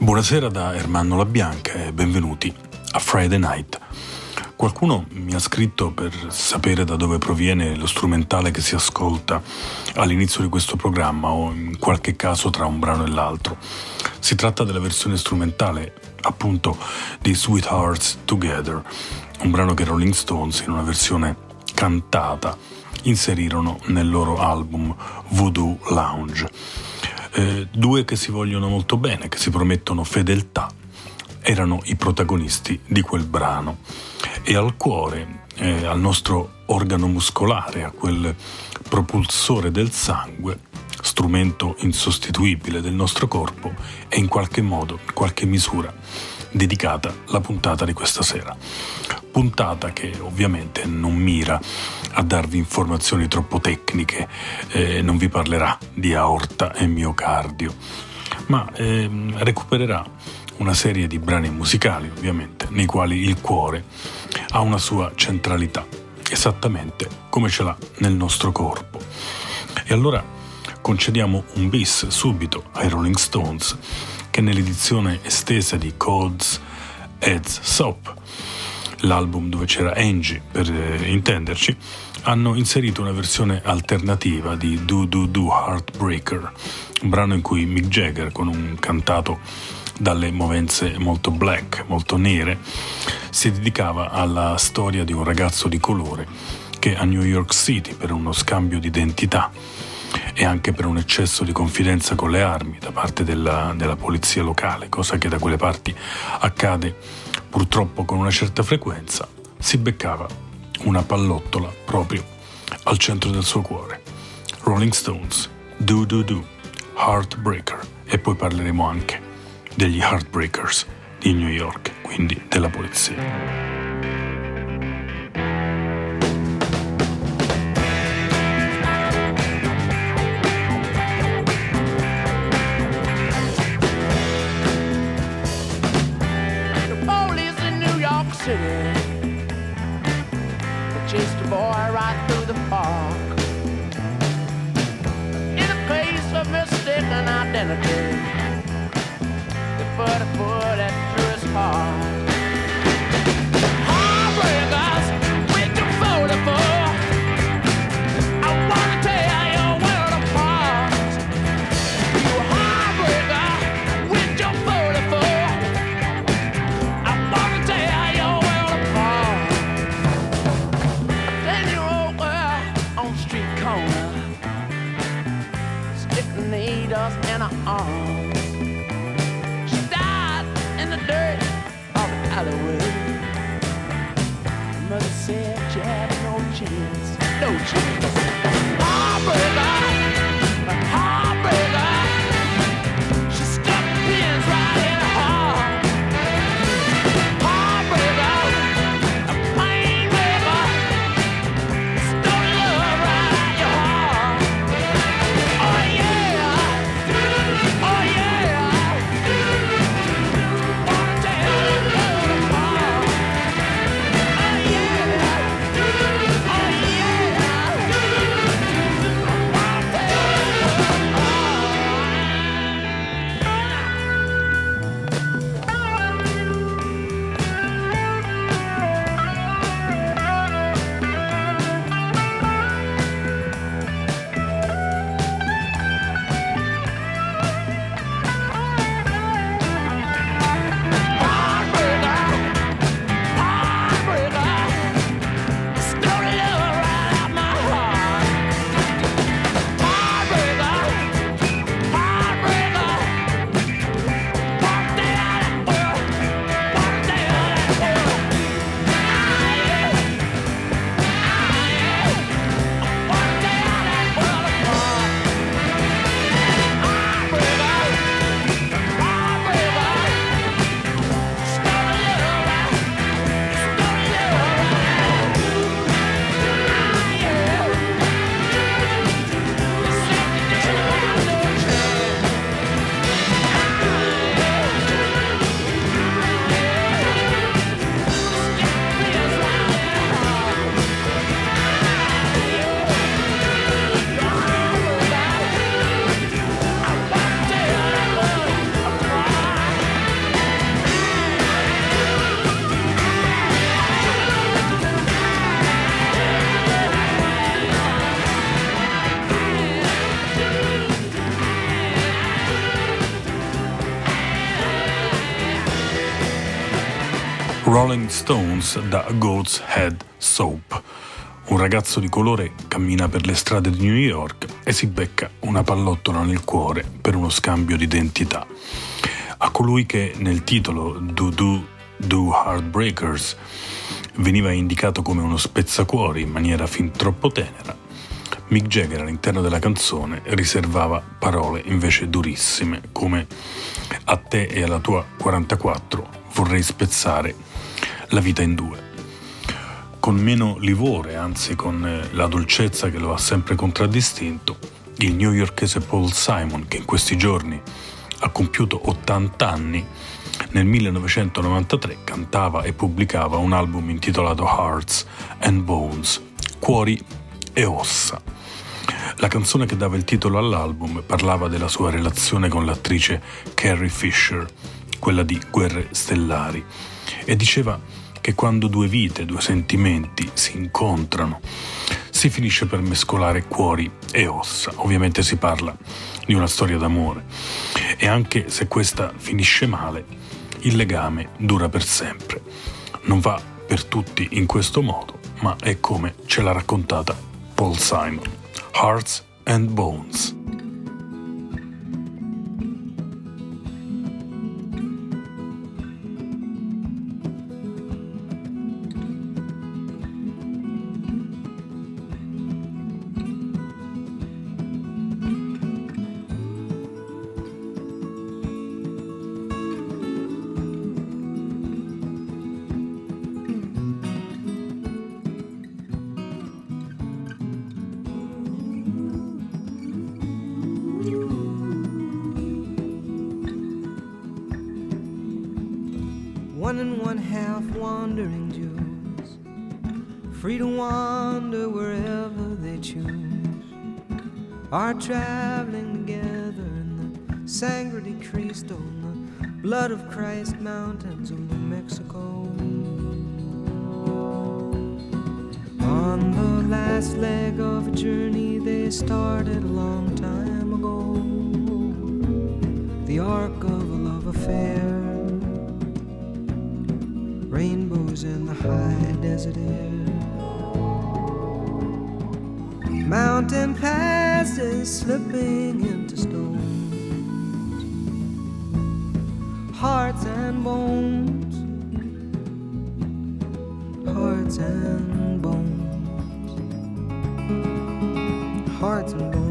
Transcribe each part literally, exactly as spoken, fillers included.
Buonasera da Ermanno La Bianca e benvenuti a Friday Night. Qualcuno mi ha scritto per sapere da dove proviene lo strumentale che si ascolta all'inizio di questo programma o in qualche caso tra un brano e l'altro. Si tratta della versione strumentale, appunto, di Sweethearts Together, un brano che Rolling Stones, in una versione cantata, inserirono nel loro album Voodoo Lounge. Eh, due che si vogliono molto bene, che si promettono fedeltà, erano i protagonisti di quel brano. E al cuore, eh, al nostro organo muscolare, a quel propulsore del sangue, strumento insostituibile del nostro corpo, è in qualche modo, in qualche misura, dedicata la puntata di questa sera. Puntata che ovviamente non mira a darvi informazioni troppo tecniche, eh, non vi parlerà di aorta e miocardio, ma eh, recupererà una serie di brani musicali, ovviamente, nei quali il cuore ha una sua centralità, esattamente come ce l'ha nel nostro corpo. E allora concediamo un bis subito ai Rolling Stones, che nell'edizione estesa di Codes Heads Up, l'album dove c'era Angie per eh, intenderci, hanno inserito una versione alternativa di Do Do Do Heartbreaker, un brano in cui Mick Jagger, con un cantato dalle movenze molto black, molto nere, si dedicava alla storia di un ragazzo di colore che a New York City, per uno scambio di identità e anche per un eccesso di confidenza con le armi da parte della, della polizia locale, cosa che da quelle parti accade purtroppo con una certa frequenza, si beccava una pallottola proprio al centro del suo cuore. Rolling Stones, Do Do Do, Heartbreaker, e poi parleremo anche degli Heartbreakers di New York, quindi della polizia. Chased a boy right through the park in a case of mistaken identity. They put a bullet through his heart. Heartbreakers, with your forty-four, I wanna tear your world apart. You heartbreaker, with your forty-four, I wanna tear your world apart. Needles in her arms. She died in the dirt of the alleyway. Mother said she had no chance, no chance. Heartbreaker, heartbreaker. She stuck pins right in her heart. Heartbreaker, a pain maker. Stole love right out your heart. Oh yeah. Oh yeah, wanna tear your world apart. Oh yeah, oh yeah. Rolling Stones da Goat's Head Soap. Un ragazzo di colore cammina per le strade di New York e si becca una pallottola nel cuore per uno scambio di identità. A colui che nel titolo Do Do Do Heartbreakers veniva indicato come uno spezzacuori in maniera fin troppo tenera, Mick Jagger all'interno della canzone riservava parole invece durissime come «A te e alla tua quarantaquattro vorrei spezzare la vita in due». Con meno livore, anzi con la dolcezza che lo ha sempre contraddistinto, il newyorkese Paul Simon, che in questi giorni ha compiuto ottanta anni, nel millenovecentonovantatré cantava e pubblicava un album intitolato Hearts and Bones, Cuori e Ossa. La canzone che dava il titolo all'album parlava della sua relazione con l'attrice Carrie Fisher, quella di Guerre Stellari, e diceva che quando due vite, due sentimenti si incontrano, si finisce per mescolare cuori e ossa. Ovviamente si parla di una storia d'amore e anche se questa finisce male, il legame dura per sempre. Non va per tutti in questo modo, ma è come ce l'ha raccontata Paul Simon. Hearts and Bones. One and one half wandering Jews, free to wander wherever they choose, are traveling together in the sangre de Cristo, in the blood of Christ mountains of New Mexico. On the last leg of a journey they started a long time ago, the arc of a love affair, rainbows in the high desert air, mountain passes slipping into stones, hearts and bones, hearts and bones, hearts and bones.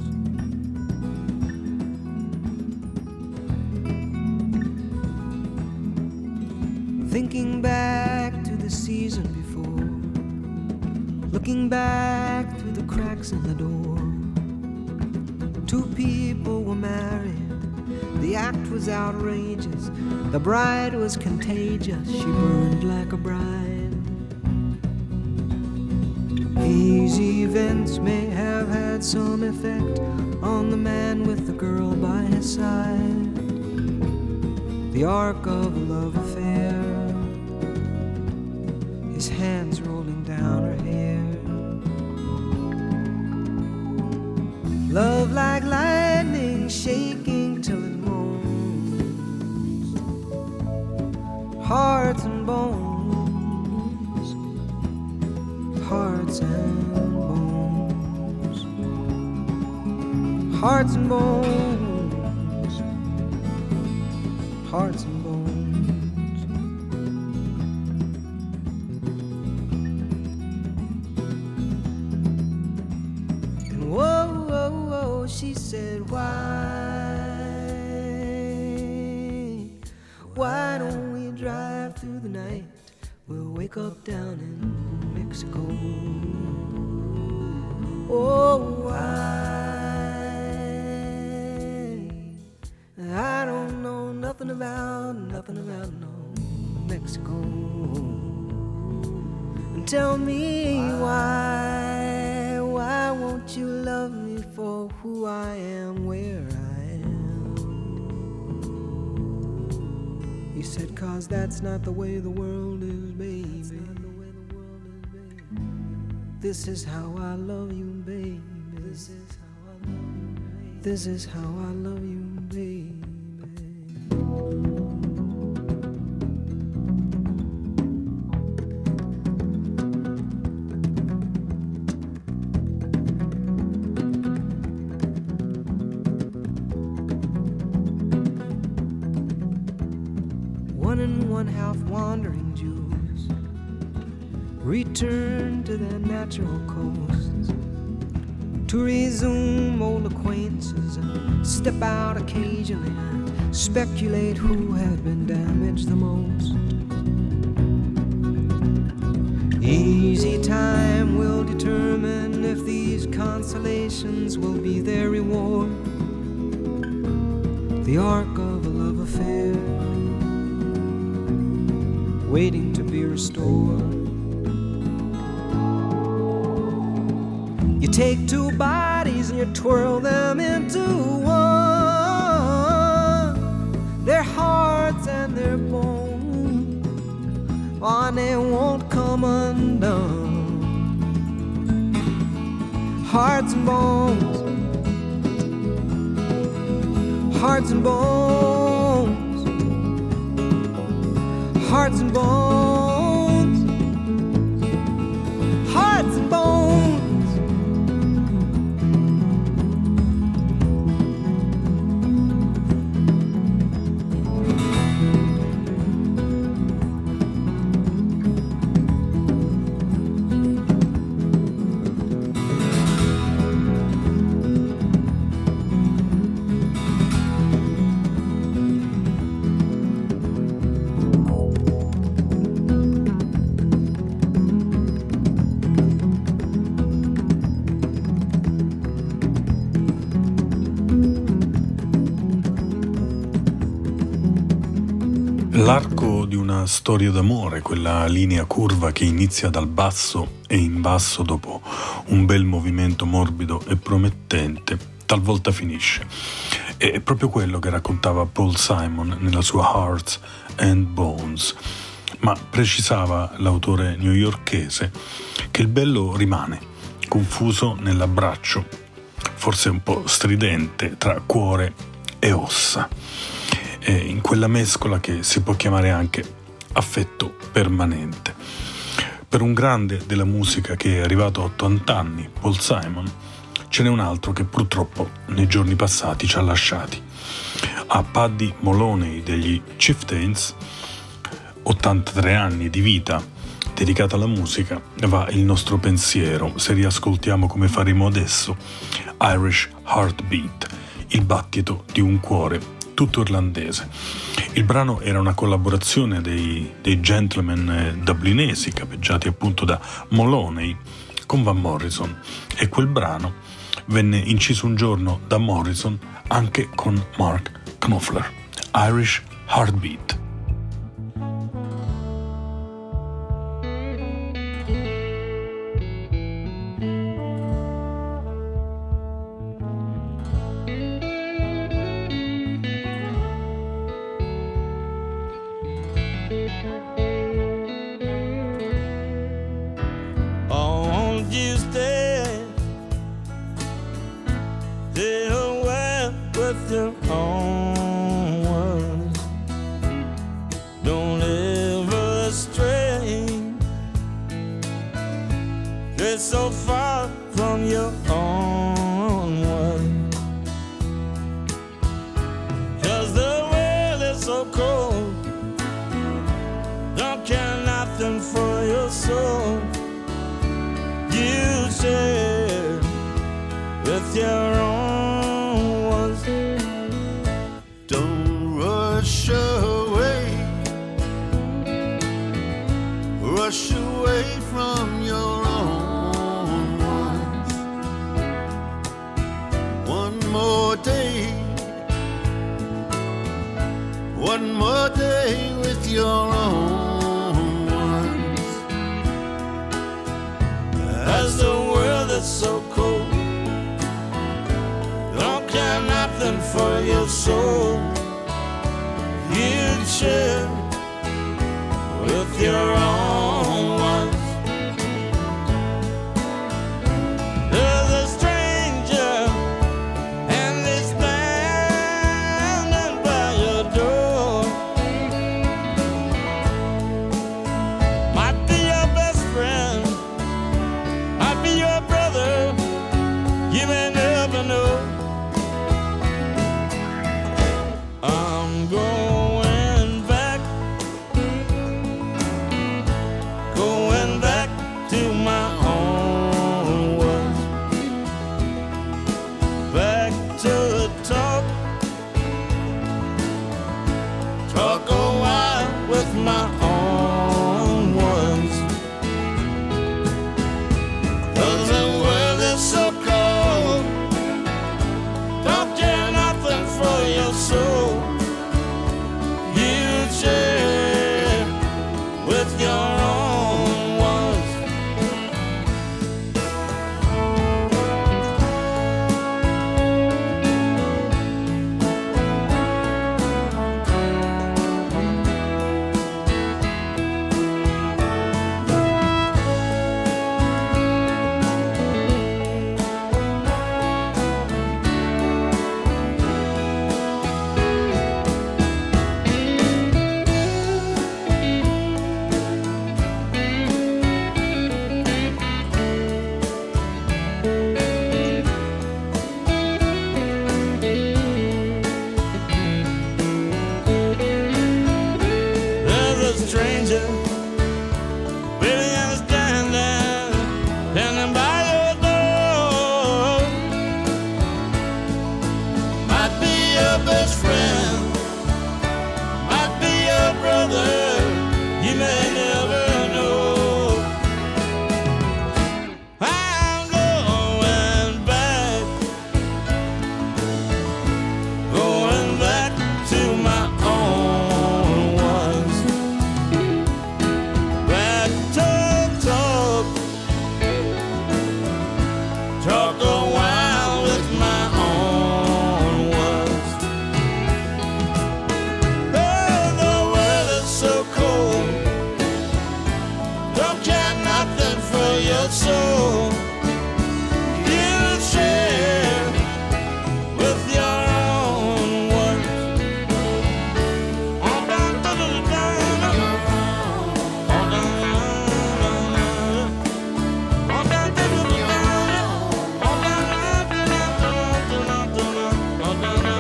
Thinking back to the season before, looking back through the cracks in the door, two people were married, the act was outrageous, the bride was contagious, she burned like a bride. These events may have had some effect on the man with the girl by his side, the arc of a love affair, his hands rolling down her hair. Love like lightning shaking till it moans, hearts and bones, hearts and bones, hearts and bones, hearts and bones. She said, why, why don't we drive through the night? We'll wake up down in Mexico. Oh, why? I don't know nothing about, nothing about no Mexico. And tell me why, why won't you love me for who I am, where I am? He said, cause that's not the way the world is, baby. This is how I love you, baby. This is how I love you, baby. This is how I love you, baby. and half-wandering Jews return to their natural coasts to resume old acquaintances and step out occasionally and speculate who had been damaged the most. Easy time will determine if these consolations will be their reward. The arc of a love affair waiting to be restored. You take two bodies and you twirl them into one, their hearts and their bones, oh, and they won't come undone. Hearts and bones, hearts and bones, hearts and bones, hearts and bones. L'arco di una storia d'amore, quella linea curva che inizia dal basso e in basso dopo un bel movimento morbido e promettente, talvolta finisce. È proprio quello che raccontava Paul Simon nella sua Hearts and Bones, ma precisava l'autore newyorkese che il bello rimane, confuso nell'abbraccio, forse un po' stridente, tra cuore e ossa. E in quella mescola che si può chiamare anche affetto permanente. Per un grande della musica che è arrivato a ottanta anni, Paul Simon, ce n'è un altro che purtroppo nei giorni passati ci ha lasciati. A Paddy Moloney degli Chieftains, ottantatré anni di vita dedicata alla musica, va il nostro pensiero se riascoltiamo come faremo adesso Irish Heartbeat, il battito di un cuore tutto irlandese. Il brano era una collaborazione dei, dei gentleman dublinesi capeggiati appunto da Moloney con Van Morrison, e quel brano venne inciso un giorno da Morrison anche con Mark Knopfler. Irish Heartbeat. So far from your own one, 'cause the world is so cold, don't care nothing for your soul. You share with your own ones. Don't rush away, rush away from your own. More day, one more day with your own ones. As the world is so cold, don't care nothing for your soul. You'd share with your own ones. your best friend, might be your brother, you may never know. I'm going back, going back to my own ones. Back talk, talk, talk a while with my own ones. Oh, the weather's so cold, don't care nothing for your soul. You share with your own ones. Oh, da, da, da, da, da. Oh, da, da, da, da. Oh, da, da, da, da, da. Oh, da, da, da, da, da, da. Oh, da, da,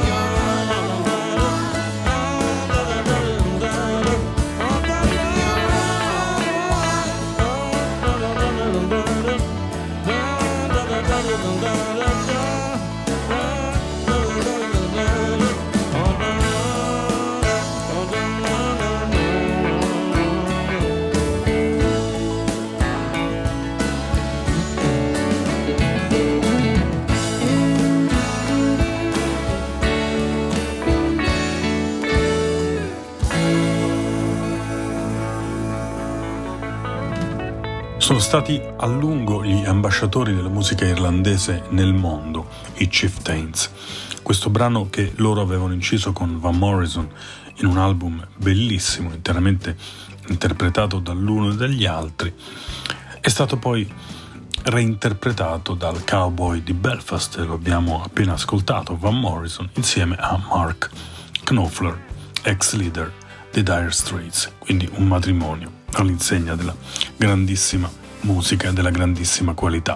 Sono stati a lungo gli ambasciatori della musica irlandese nel mondo, i Chieftains. Questo brano che loro avevano inciso con Van Morrison in un album bellissimo, interamente interpretato dall'uno e dagli altri, è stato poi reinterpretato dal cowboy di Belfast, lo abbiamo appena ascoltato, Van Morrison, insieme a Mark Knopfler, ex leader dei Dire Straits, quindi un matrimonio all'insegna della grandissima musica e della grandissima qualità.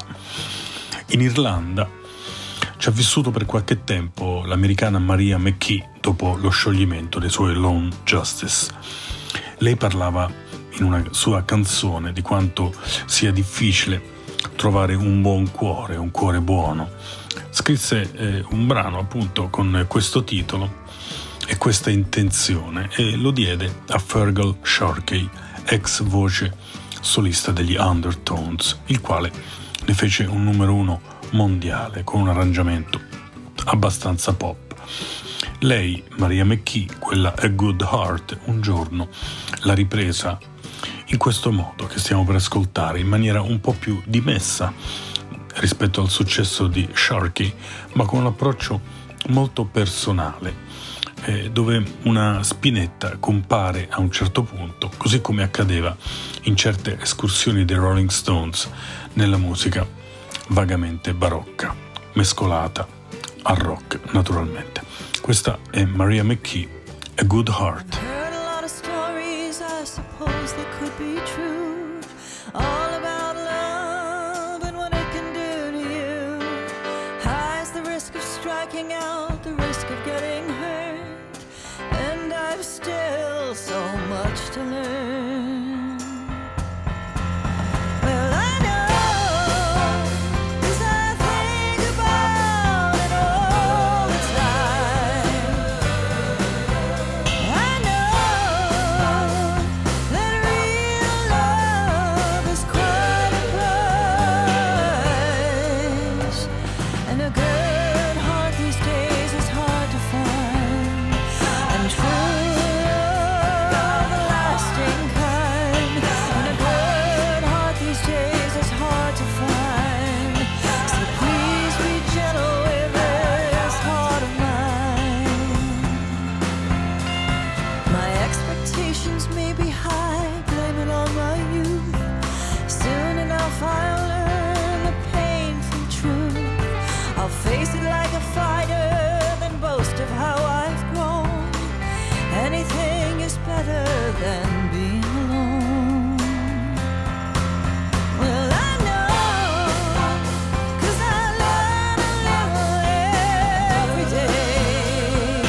In Irlanda ci ha vissuto per qualche tempo l'americana Maria McKee dopo lo scioglimento dei suoi Lone Justice. Lei parlava in una sua canzone di quanto sia difficile trovare un buon cuore, un cuore buono. Scrisse eh, un brano appunto con questo titolo e questa intenzione e lo diede a Fergal Sharkey, ex voce solista degli Undertones, il quale ne fece un numero uno mondiale con un arrangiamento abbastanza pop. Lei, Maria McKee, quella A Good Heart, un giorno l'ha ripresa in questo modo che stiamo per ascoltare, in maniera un po' più dimessa rispetto al successo di Sharkey, ma con un approccio molto personale, eh, dove una spinetta compare a un certo punto, così come accadeva in certe escursioni dei Rolling Stones nella musica vagamente barocca, mescolata al rock naturalmente. Questa è Maria McKee, A Good Heart. Heard a lot of stories, I suppose they could be true, all about love and what it can do to you. High's the risk of striking out, the risk of getting hurt, and I've still so much to learn. Well, I know, 'cause I think about it all the time. I know that real love is quite a prize, and a good heart these days is hard to find, and true love, the lasting kind, and a good heart these days is hard to find. So please be gentle with this heart of mine. My expectations may be high, blame it on my youth. Soon enough I'll learn the painful truth. I'll face it like a fighter, then boast of how I've grown. Anything is better than being alone. Well, I know, 'cause I learn a little every day.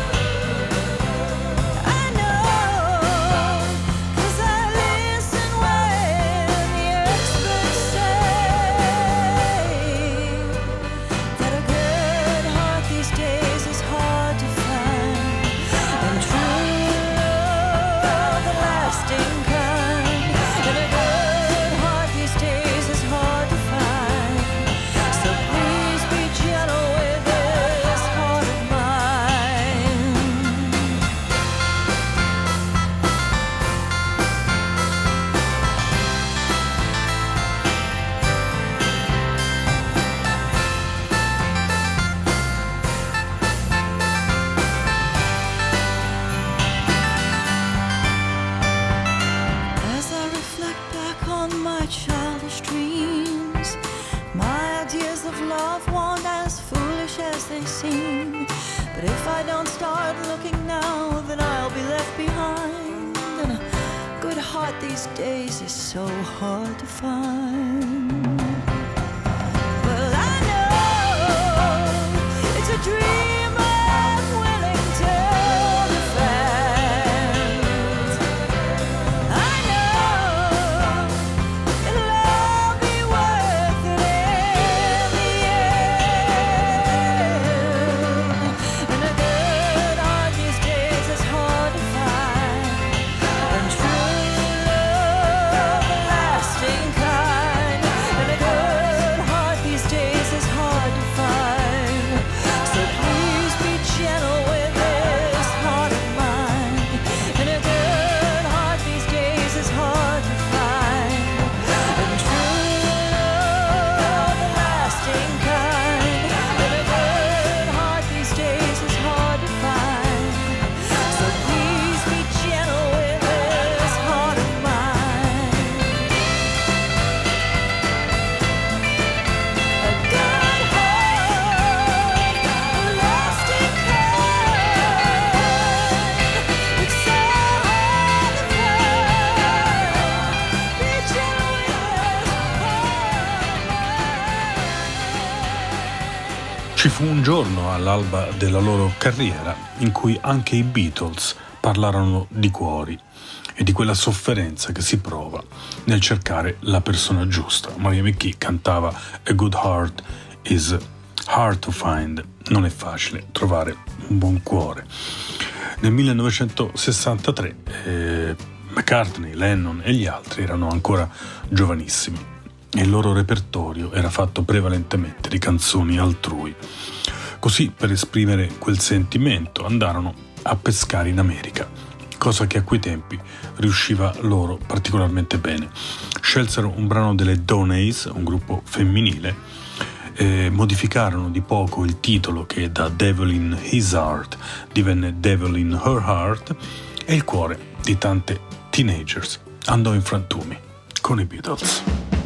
I know, 'cause I listen when the experts say that a good heart these days is hard be seen. But if I don't start looking now, then I'll be left behind. And a good heart these days is so hard to find. Well, I know it's a dream I'm willing to defend. I know it'll all be worth it in the end. And a good heart these days is hard to find. And true love, a lasting kind. And a good heart these days is hard to find. So please be gentle with this heart of mine. And a good heart these days is hard to find. And true love, a lasting kind. And a good heart these days is hard to find. So please be gentle with this heart of mine. A good heart, a lasting kind. It's so hard to find. Be gentle with this heart. Ci fu un giorno all'alba della loro carriera in cui anche i Beatles parlarono di cuori e di quella sofferenza che si prova nel cercare la persona giusta. Mariah McKee cantava A good heart is hard to find. Non è facile trovare un buon cuore. Nel millenovecentosessantatré eh, McCartney, Lennon e gli altri erano ancora giovanissimi e il loro repertorio era fatto prevalentemente di canzoni altrui. Così, per esprimere quel sentimento, andarono a pescare in America, cosa che a quei tempi riusciva loro particolarmente bene. Scelsero un brano delle Donays, un gruppo femminile, e modificarono di poco il titolo, che da Devil in His Heart divenne Devil in Her Heart, e il cuore di tante teenagers andò in frantumi con i Beatles.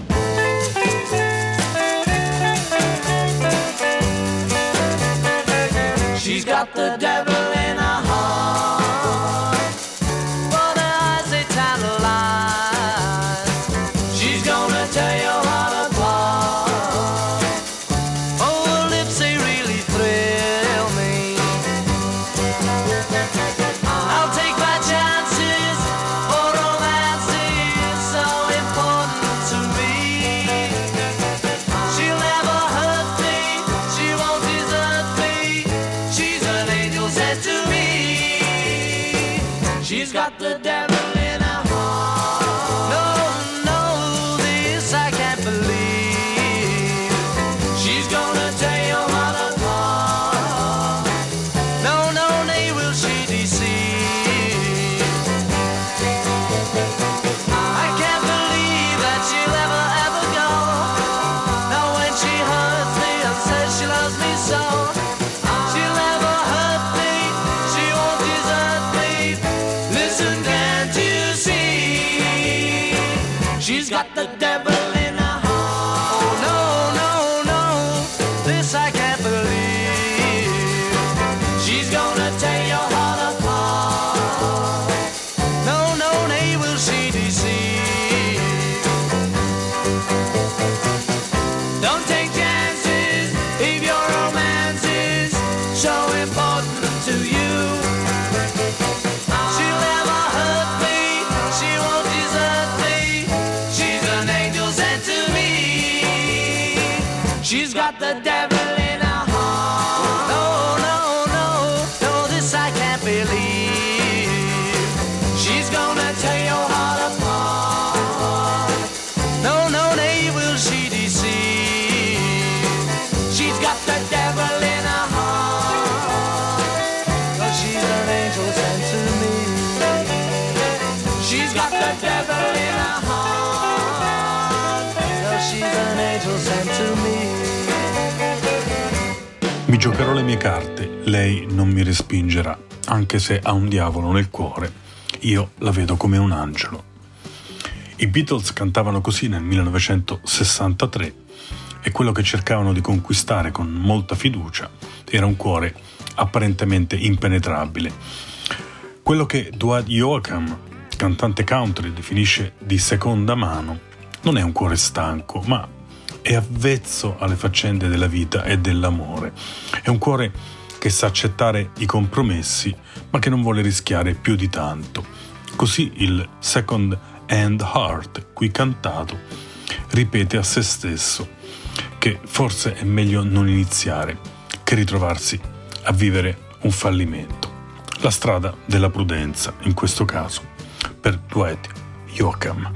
She's got the devil in her heart, but her eyes they tantalize. She's gonna tear your heart apart. Oh, her lips they really thrill me. I'll take my chances, for romance is so important to me. She'll never hurt me, she won't desert me. She's an angel sent to me. She's got the devil in her heart. No, no, this I can't believe. She's gonna tear your heart apart. No, no, nay, will she deceive. I can't believe that she'll ever, ever go. Now when she hurts me and says she loves me so, she'll never hurt me, she won't desert me. Listen, can't you see? She's got the devil in her heart. Oh no, no, no, this I can't believe. She's gonna tear your heart apart. No, no, nay, will she deceive. Don't take chances if your romance is so important to you. She'll never hurt me, she won't desert me. She's an angel sent to me. She's got the devil in her heart. No, no, no, no, this I can't believe. She's gonna tear your heart apart. No, no, nay, will she deceive. She's got the devil in her heart. 'Cause she's an angel sent to me. She's got the devil in her heart. 'Cause she's an angel sent to me. Mi giocherò le mie carte, lei non mi respingerà, anche se ha un diavolo nel cuore, io la vedo come un angelo. I Beatles cantavano così nel millenovecentosessantatré e quello che cercavano di conquistare con molta fiducia era un cuore apparentemente impenetrabile. Quello che Dwight Yoakam, cantante country, definisce di seconda mano non è un cuore stanco, ma è avvezzo alle faccende della vita e dell'amore. È un cuore che sa accettare i compromessi, ma che non vuole rischiare più di tanto. Così il Second Hand Heart, qui cantato, ripete a se stesso che forse è meglio non iniziare che ritrovarsi a vivere un fallimento. La strada della prudenza, in questo caso, per Dwight Yoakam.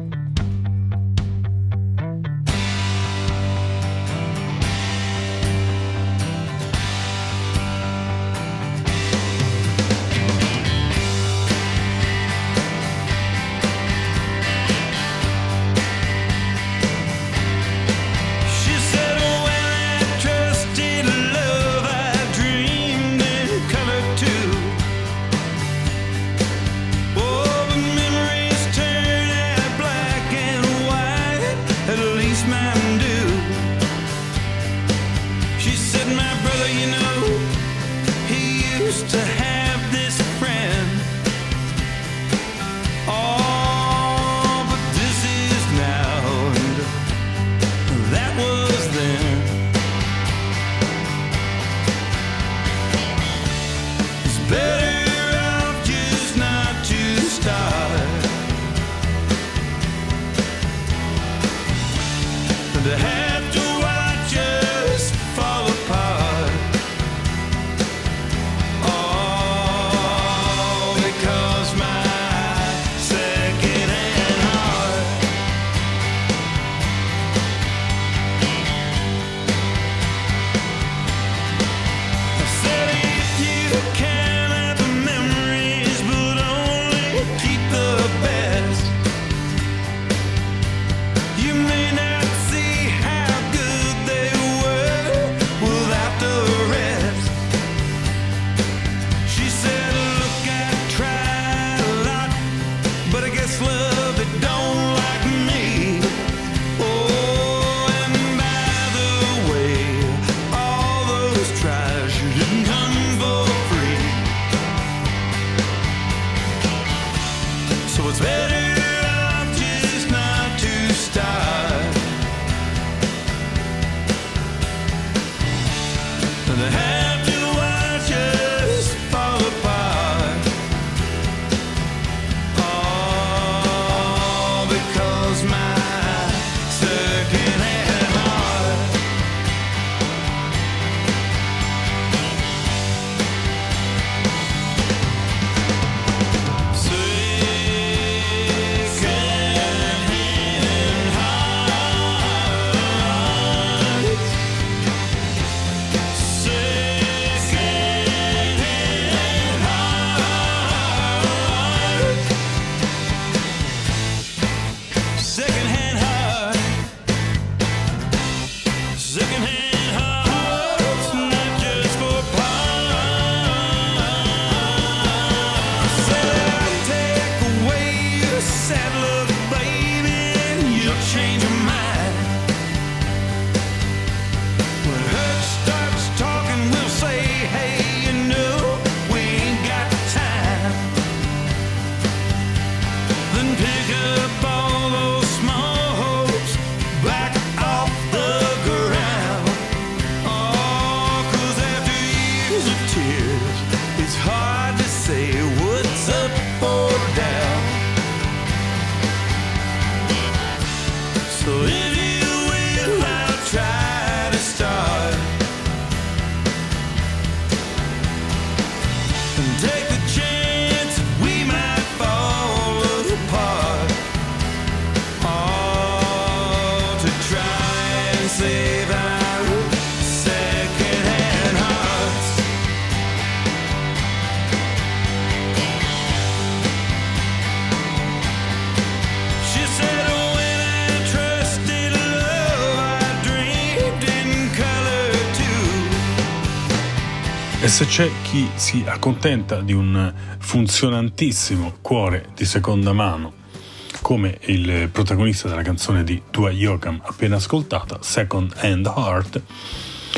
E se c'è chi si accontenta di un funzionantissimo cuore di seconda mano, come il protagonista della canzone di Dwight Yoakam appena ascoltata, Second Hand Heart,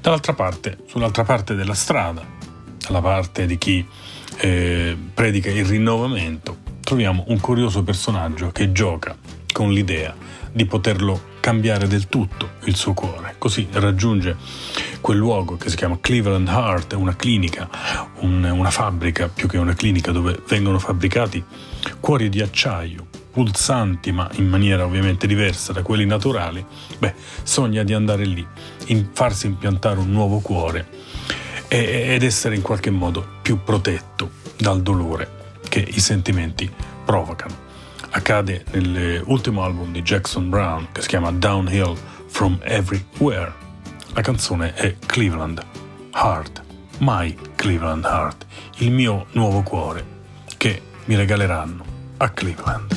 Dall'altra parte, sull'altra parte della strada, dalla parte di chi eh, predica il rinnovamento, troviamo un curioso personaggio che gioca con l'idea di poterlo cambiare del tutto il suo cuore. Così raggiunge quel luogo che si chiama Cleveland Heart, una clinica, un, una fabbrica più che una clinica, dove vengono fabbricati cuori di acciaio, pulsanti ma in maniera ovviamente diversa da quelli naturali. Beh, sogna di andare lì, in, farsi impiantare un nuovo cuore e, ed essere in qualche modo più protetto dal dolore che i sentimenti provocano. Accade nell'ultimo album di Jackson Browne, che si chiama Downhill from Everywhere. La canzone è Cleveland Heart, My Cleveland Heart, il mio nuovo cuore che mi regaleranno a Cleveland.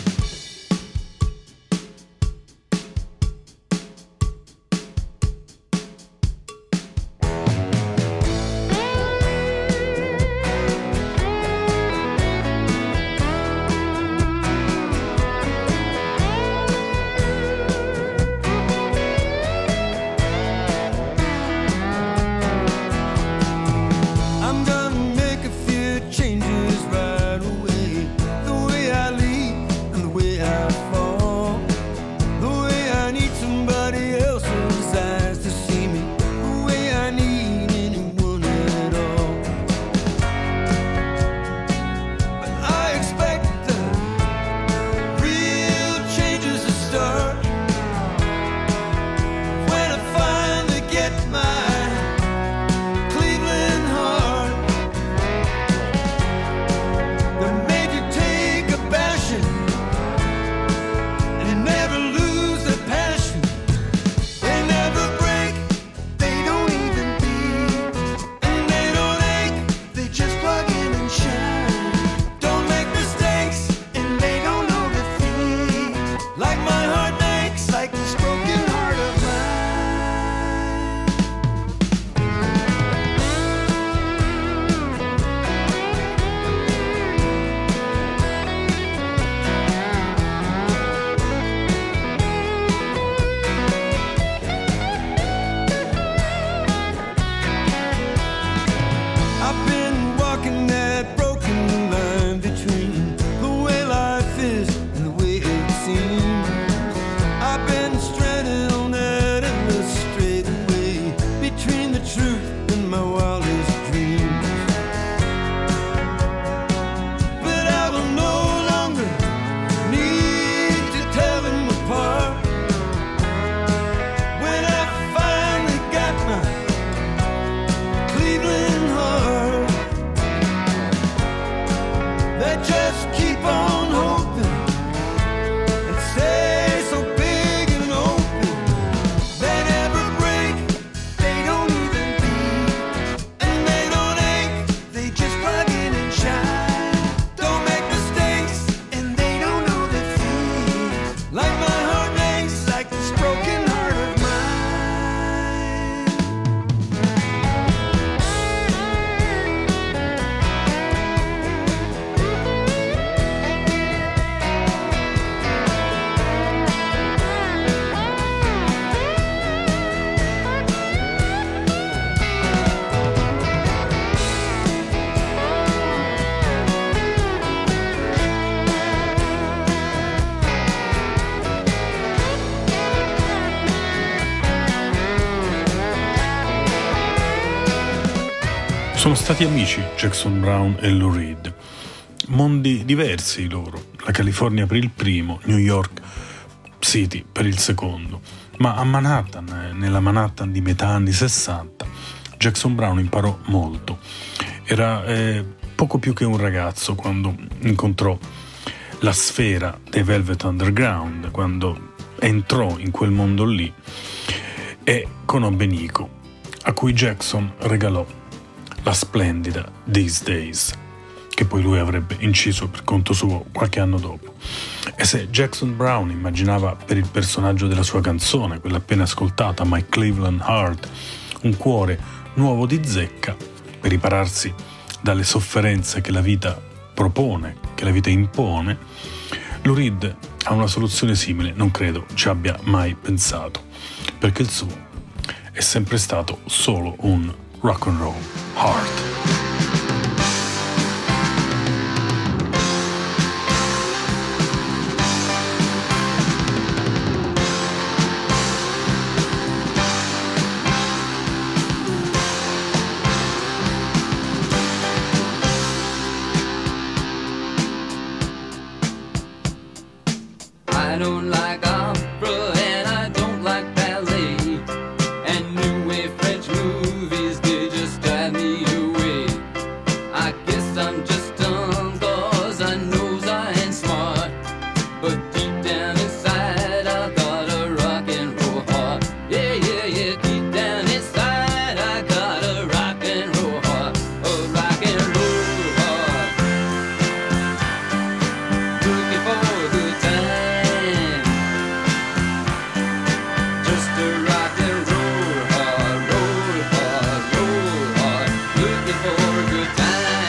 I'm gonna make a few changes right away. The way I lead and the way I fall. The way I need somebody else's eyes to see me. The way I need anyone at all. But I expect the real changes to start when I finally get my Cleveland heart that made you take a passion and never lose their passion. They never break, they don't even beat, and they don't ache, they just plug in and shine. Don't make mistakes, and they don't know defeat, like my heart makes, like this broken heart of mine. I've been walking that broken line between the way life is and the way it seems. I've been stranded on that endless straightaway between the truth and my wildest dreams. But I will no longer need to tell them apart when I finally got my Cleveland heart. They just keep on hoping and stay so big and open. They never break, they don't even beat, and they don't ache, they just plug in and shine. Don't make mistakes, and they don't know defeat, like my heart makes, like this broken heart of mine. Sono stati amici Jackson Browne e Lou Reed, mondi diversi i loro, la California per il primo, New York City per il secondo, ma a Manhattan, eh, nella Manhattan di metà anni sessanta, Jackson Browne imparò molto. Era eh, poco più che un ragazzo quando incontrò la sfera dei Velvet Underground, quando entrò in quel mondo lì e conobbe Nico, a cui Jackson regalò la splendida These Days, che poi lui avrebbe inciso per conto suo qualche anno dopo. E se Jackson Browne immaginava per il personaggio della sua canzone, quella appena ascoltata, My Cleveland Heart, un cuore nuovo di zecca per ripararsi dalle sofferenze che la vita propone, che la vita impone, Lou Reed a una soluzione simile non credo ci abbia mai pensato, perché il suo è sempre stato solo un rock and roll heart. I don't like opera and I don't like ballet, and new wave French movies, they just drive me away. I guess I'm just dumb cause I know I ain't smart, but deep down inside I got a rock and roll heart. Yeah, yeah, yeah, deep down inside I got a rock and roll heart, a rock and roll heart. Looking for a good time, just a rock and roll hard, roll hard, roll hard, looking for a good time.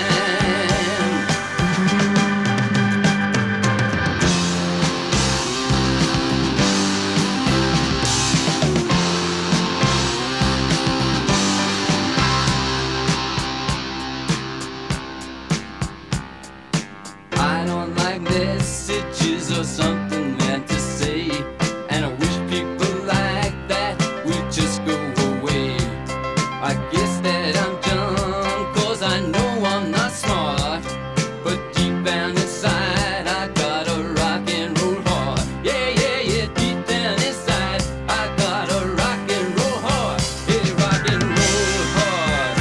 I don't like messages or something meant to say, and I wish people like that would just go away. I guess that I'm dumb cause I know I'm not smart, but deep down inside I got a rock and roll heart. Yeah, yeah, yeah, deep down inside I got a rock and roll heart. Yeah, rock and roll heart.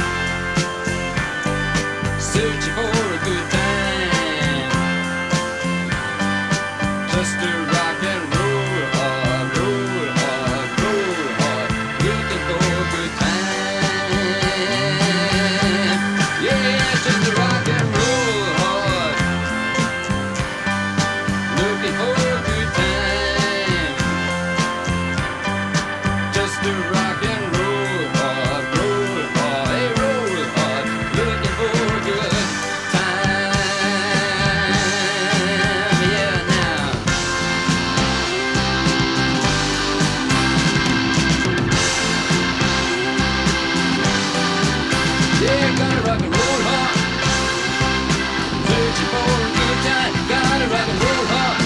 Searching for a good time, just a rock and roll hard, roll hard, roll hard, looking for a good time. Yeah, just a rock and roll hard, looking for a good time. Just a rock and roll hard, roll hard, hey, roll hard, looking for a good time. Yeah, now. Yeah, gotta rock and roll hard, searching for a good time. Gotta rock and roll hard,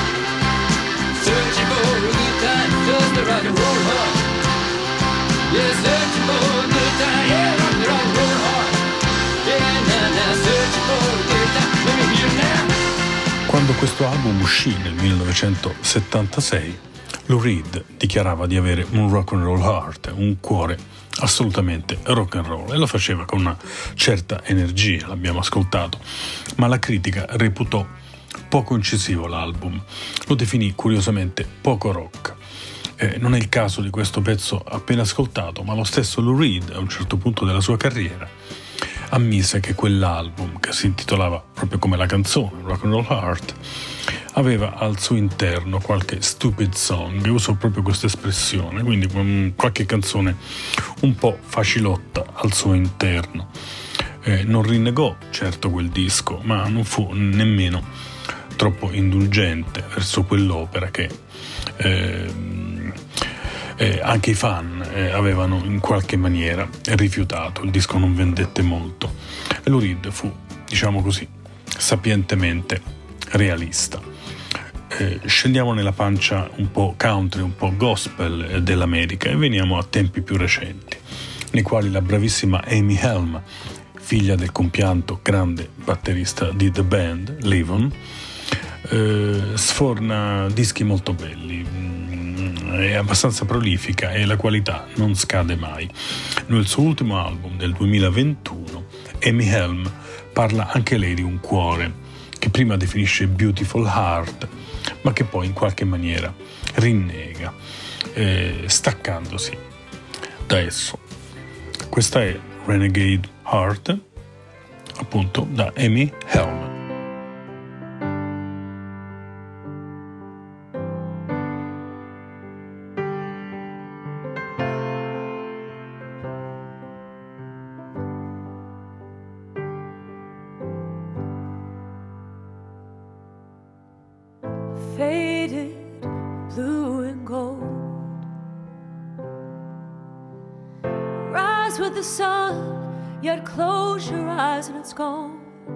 searching for a good time. Just a rock and roll hard. Yeah, searching for a good time. Yeah, rock and rock and roll hard. Yeah, now, now, searching for a good time. Let me hear now. Quando questo album uscì nel millenovecentosettantasei, Lou Reed dichiarava di avere un rock and roll heart, un cuore assolutamente rock and roll, e lo faceva con una certa energia, l'abbiamo ascoltato, ma la critica reputò poco incisivo l'album, lo definì curiosamente poco rock. Eh, non è il caso di questo pezzo appena ascoltato, ma lo stesso Lou Reed a un certo punto della sua carriera ammise che quell'album, che si intitolava proprio come la canzone, Rock and Roll Heart, aveva al suo interno qualche stupid song, e usò proprio questa espressione, quindi um, qualche canzone un po' facilotta al suo interno. Eh, non rinnegò certo quel disco, ma non fu nemmeno troppo indulgente verso quell'opera che eh, Eh, anche i fan eh, avevano in qualche maniera rifiutato. Il disco non vendette molto e Lou Reed fu, diciamo così, sapientemente realista. Eh, scendiamo nella pancia un po' country, un po' gospel eh, dell'America, e veniamo a tempi più recenti, nei quali la bravissima Amy Helm, figlia del compianto grande batterista di The Band, Levon, eh, sforna dischi molto belli. È abbastanza prolifica e la qualità non scade mai. Nel suo ultimo album del duemilaventuno, Amy Helm parla anche lei di un cuore che prima definisce Beautiful Heart, ma che poi in qualche maniera rinnega, eh, staccandosi da esso. Questa è Renegade Heart, appunto da Amy Helm. Faded blue and gold, with the sun, yet close your eyes and it's gone.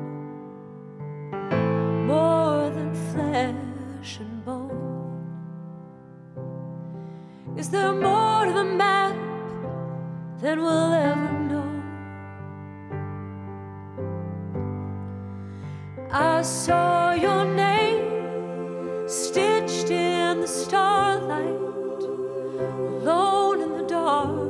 More than flesh and bone. Is there more to the map than we'll ever know? I saw your name stitched in the starlight, alone in the dark.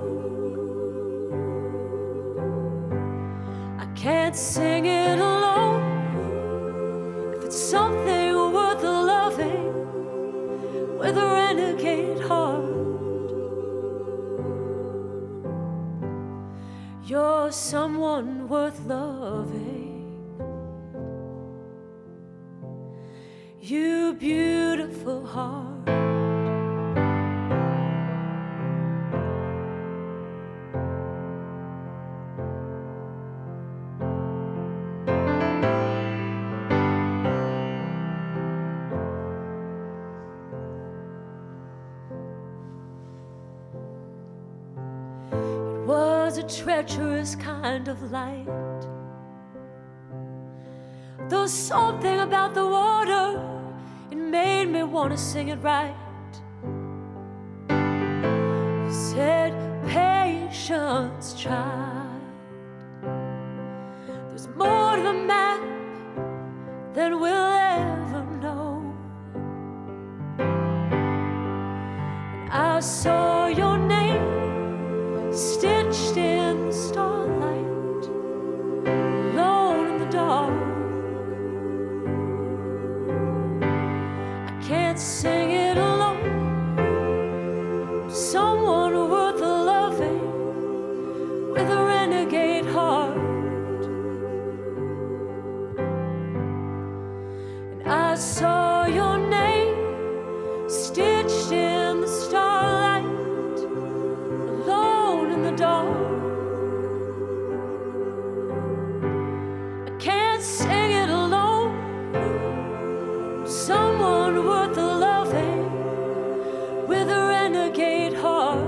I can't sing it alone. If it's something worth loving with a renegade heart, you're someone worth loving. You beautiful heart. It was a treacherous kind of light. There's something about the water, it made me want to sing it right. You said, patience, child. There's more to the map than we'll ever know. And I saw your name stitched in the starlight, alone in the dark. Can't sing it alone. Someone worth loving with a renegade heart. And I saw your name stitched in the starlight, alone in the dark. I can't sing it alone. Someone worth loving with a renegade heart.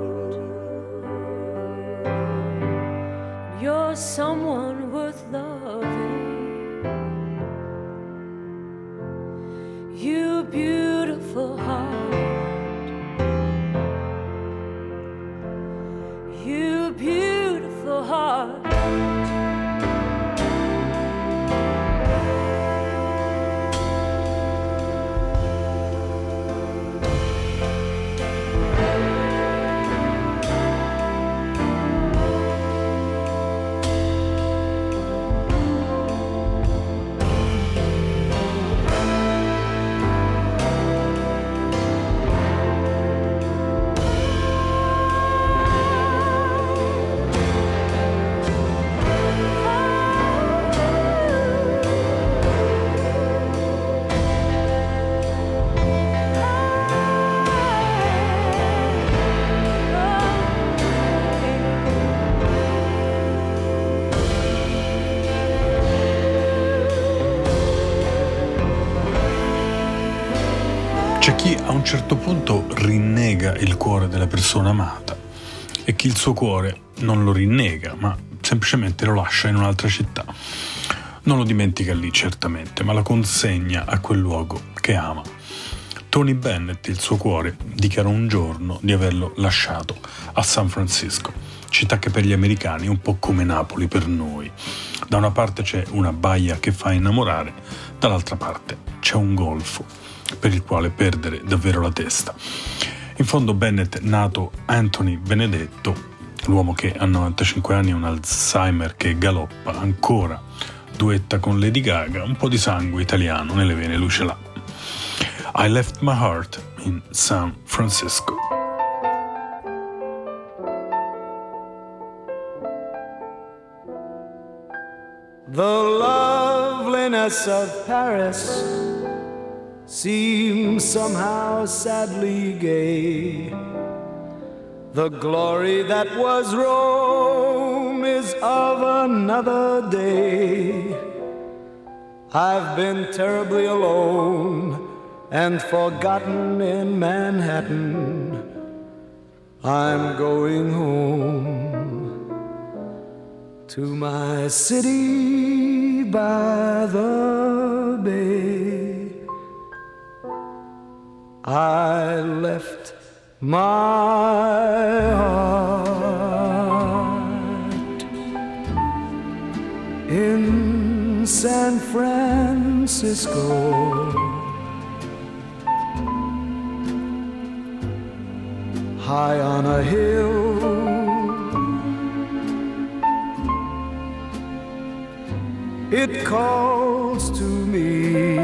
You're someone worth loving. You beautiful heart. You beautiful heart. C'è chi a un certo punto rinnega il cuore della persona amata e chi il suo cuore non lo rinnega, ma semplicemente lo lascia in un'altra città. Non lo dimentica lì certamente, ma la consegna a quel luogo che ama. Tony Bennett, il suo cuore, dichiarò un giorno di averlo lasciato a San Francisco, città che per gli americani è un po' come Napoli per noi. Da una parte c'è una baia che fa innamorare, dall'altra parte c'è un golfo per il quale perdere davvero la testa. In fondo Bennett, nato Anthony Benedetto, l'uomo che a novantacinque anni ha un Alzheimer che galoppa, ancora duetta con Lady Gaga, un po' di sangue italiano nelle vene lui ce l'ha. I left my heart in San Francisco. The loveliness of Paris seems somehow sadly gay. The glory that was Rome is of another day. I've been terribly alone and forgotten in Manhattan. I'm going home. to my city by the bay. I left my heart in San Francisco, high on a hill. It calls to me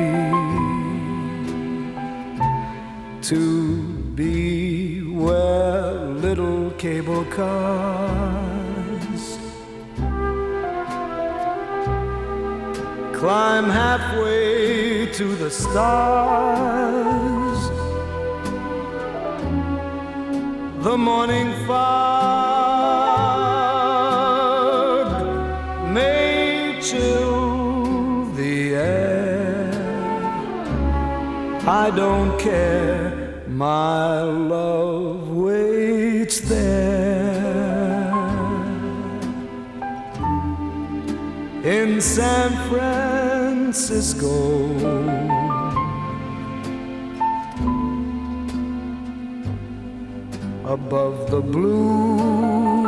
to be where little cable cars climb halfway to the stars. The morning fog may chill the air. I don't care, my love waits there in San Francisco. Above the blue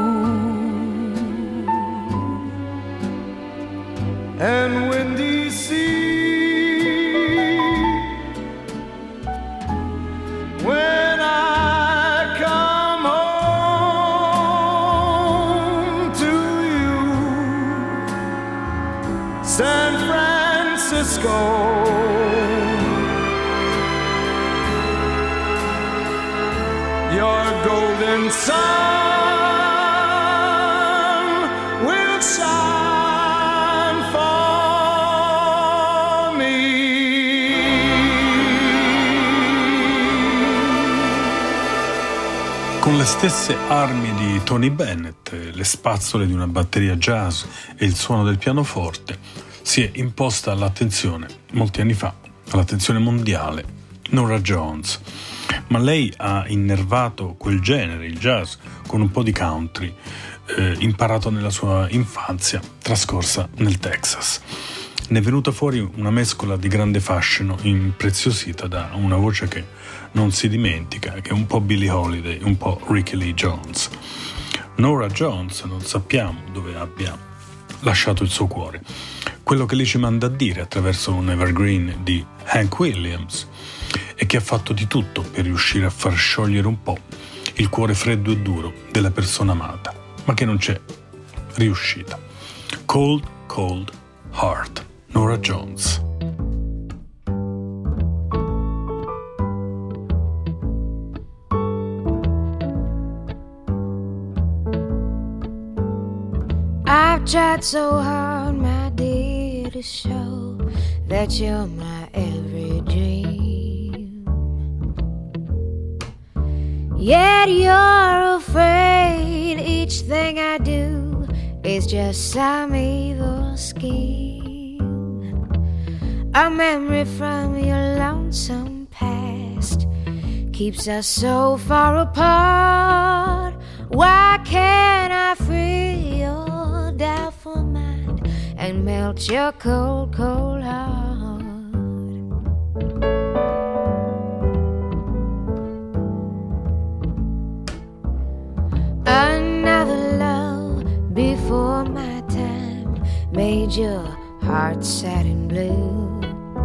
and windy sea, when I come home to you, San Francisco. Your golden sun will shine for me. Con le stesse armi di Tony Bennett, le spazzole di una batteria jazz e il suono del pianoforte, si è imposta all'attenzione, molti anni fa, all'attenzione mondiale, Norah Jones. Ma lei ha innervato quel genere, il jazz, con un po' di country, eh, imparato nella sua infanzia, trascorsa nel Texas. Ne è venuta fuori una mescola di grande fascino, impreziosita da una voce che non si dimentica, che è un po' Billie Holiday, un po' Ricky Lee Jones. Norah Jones non sappiamo dove abbia lasciato il suo cuore. Quello che lei ci manda a dire attraverso un evergreen di Hank Williams e che ha fatto di tutto per riuscire a far sciogliere un po' il cuore freddo e duro della persona amata, ma che non c'è riuscita. Cold, Cold Heart, Norah Jones. I've tried so hard, my dear, to show that you're my every dream. Yet you're afraid each thing I do is just some evil scheme. A memory from your lonesome past keeps us so far apart. Why can't I free your doubtful mind and melt your cold, cold heart? Another love before my time made your heart sad and blue,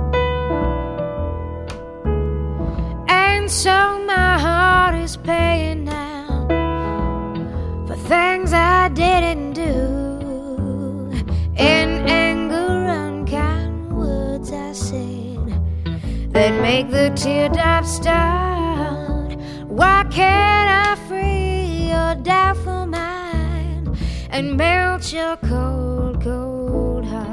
and so my heart is paying now for things I didn't do. In anger, unkind words I said that make the teardrops start. Why can't I free your doubtful mind and melt your cold, cold heart?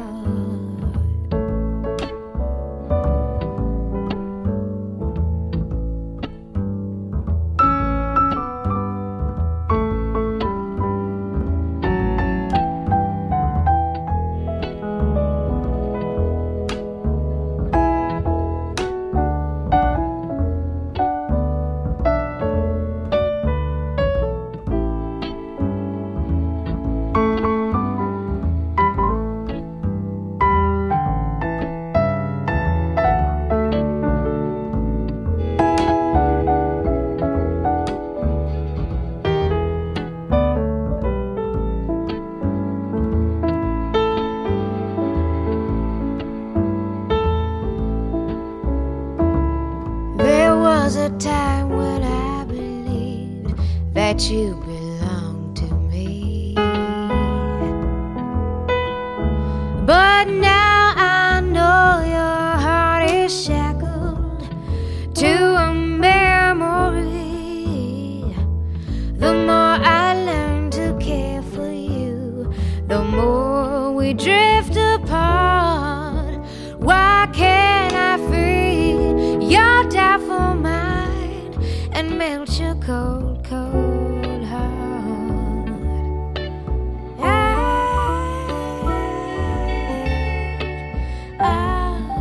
that you belong to me. But now I know your heart is shackled to a memory. The more I learn to care for you, the more we drift apart. Why can't I free your doubtful mind and melt your cold, cold heart? I, I,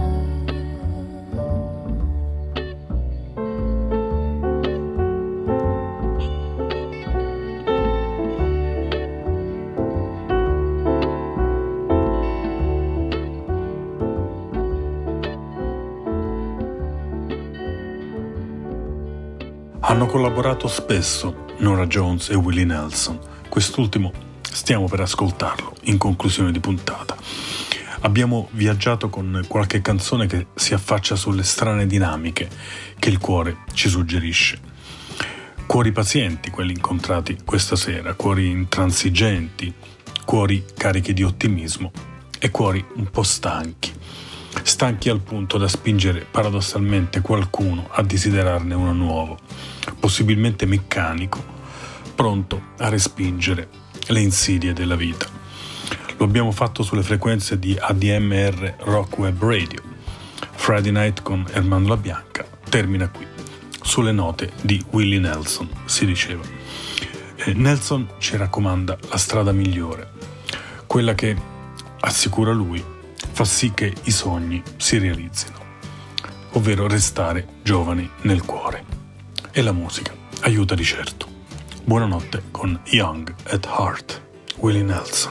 Hanno collaborato spesso Norah Jones e Willie Nelson. Quest'ultimo stiamo per ascoltarlo in conclusione di puntata. Abbiamo viaggiato con qualche canzone che si affaccia sulle strane dinamiche che il cuore ci suggerisce. Cuori pazienti, quelli incontrati questa sera, cuori intransigenti, cuori carichi di ottimismo e cuori un po' stanchi. Stanchi al punto da spingere paradossalmente qualcuno a desiderarne uno nuovo, possibilmente meccanico, pronto a respingere le insidie della vita. Lo abbiamo fatto sulle frequenze di A D M R Rock Web Radio. Friday Night con Ermanno La Bianca termina qui, sulle note di Willie Nelson, si diceva. Eh, Nelson ci raccomanda la strada migliore, quella che, assicura lui, fa sì che i sogni si realizzino, ovvero restare giovani nel cuore. E la musica aiuta di certo. Buonanotte con Young at Heart, Willie Nelson.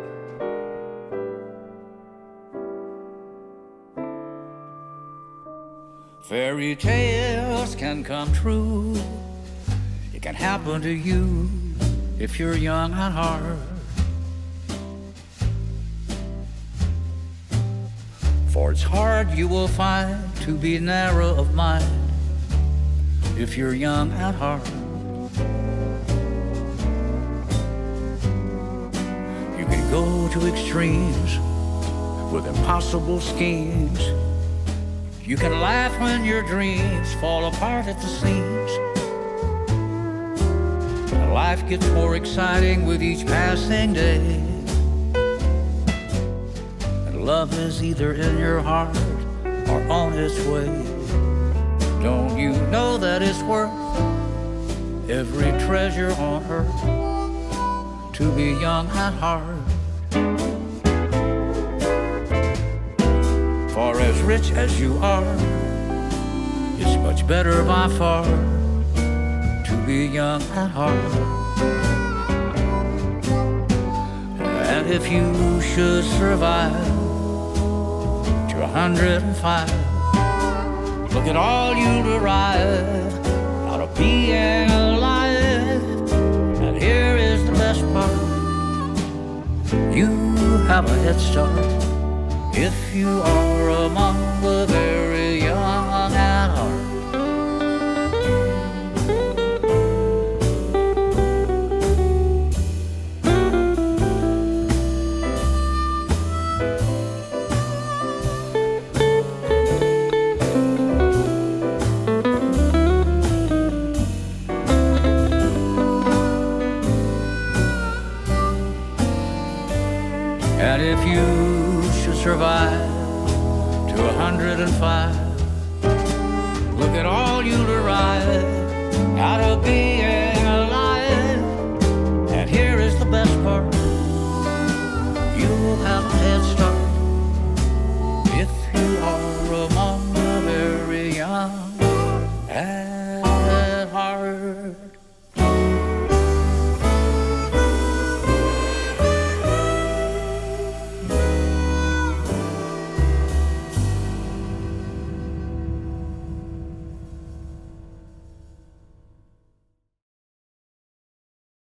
Fairy tales can come true. It can happen to you if you're young at heart. For it's hard, you will find, to be narrow of mind if you're young at heart. You can go to extremes with impossible schemes. You can laugh when your dreams fall apart at the seams. And life gets more exciting with each passing day. Love is either in your heart or on its way. Don't you know that it's worth every treasure on earth to be young at heart? For as rich as you are, it's much better by far to be young at heart. And if you should survive a hundred and five, look at all you'd arrive out of being alive. And here is the best part: you have a head start if you are among the very young at heart. And if you should survive to a hundred and five, look at all you'll arrive out of being alive. And here is the best part: you'll have a head start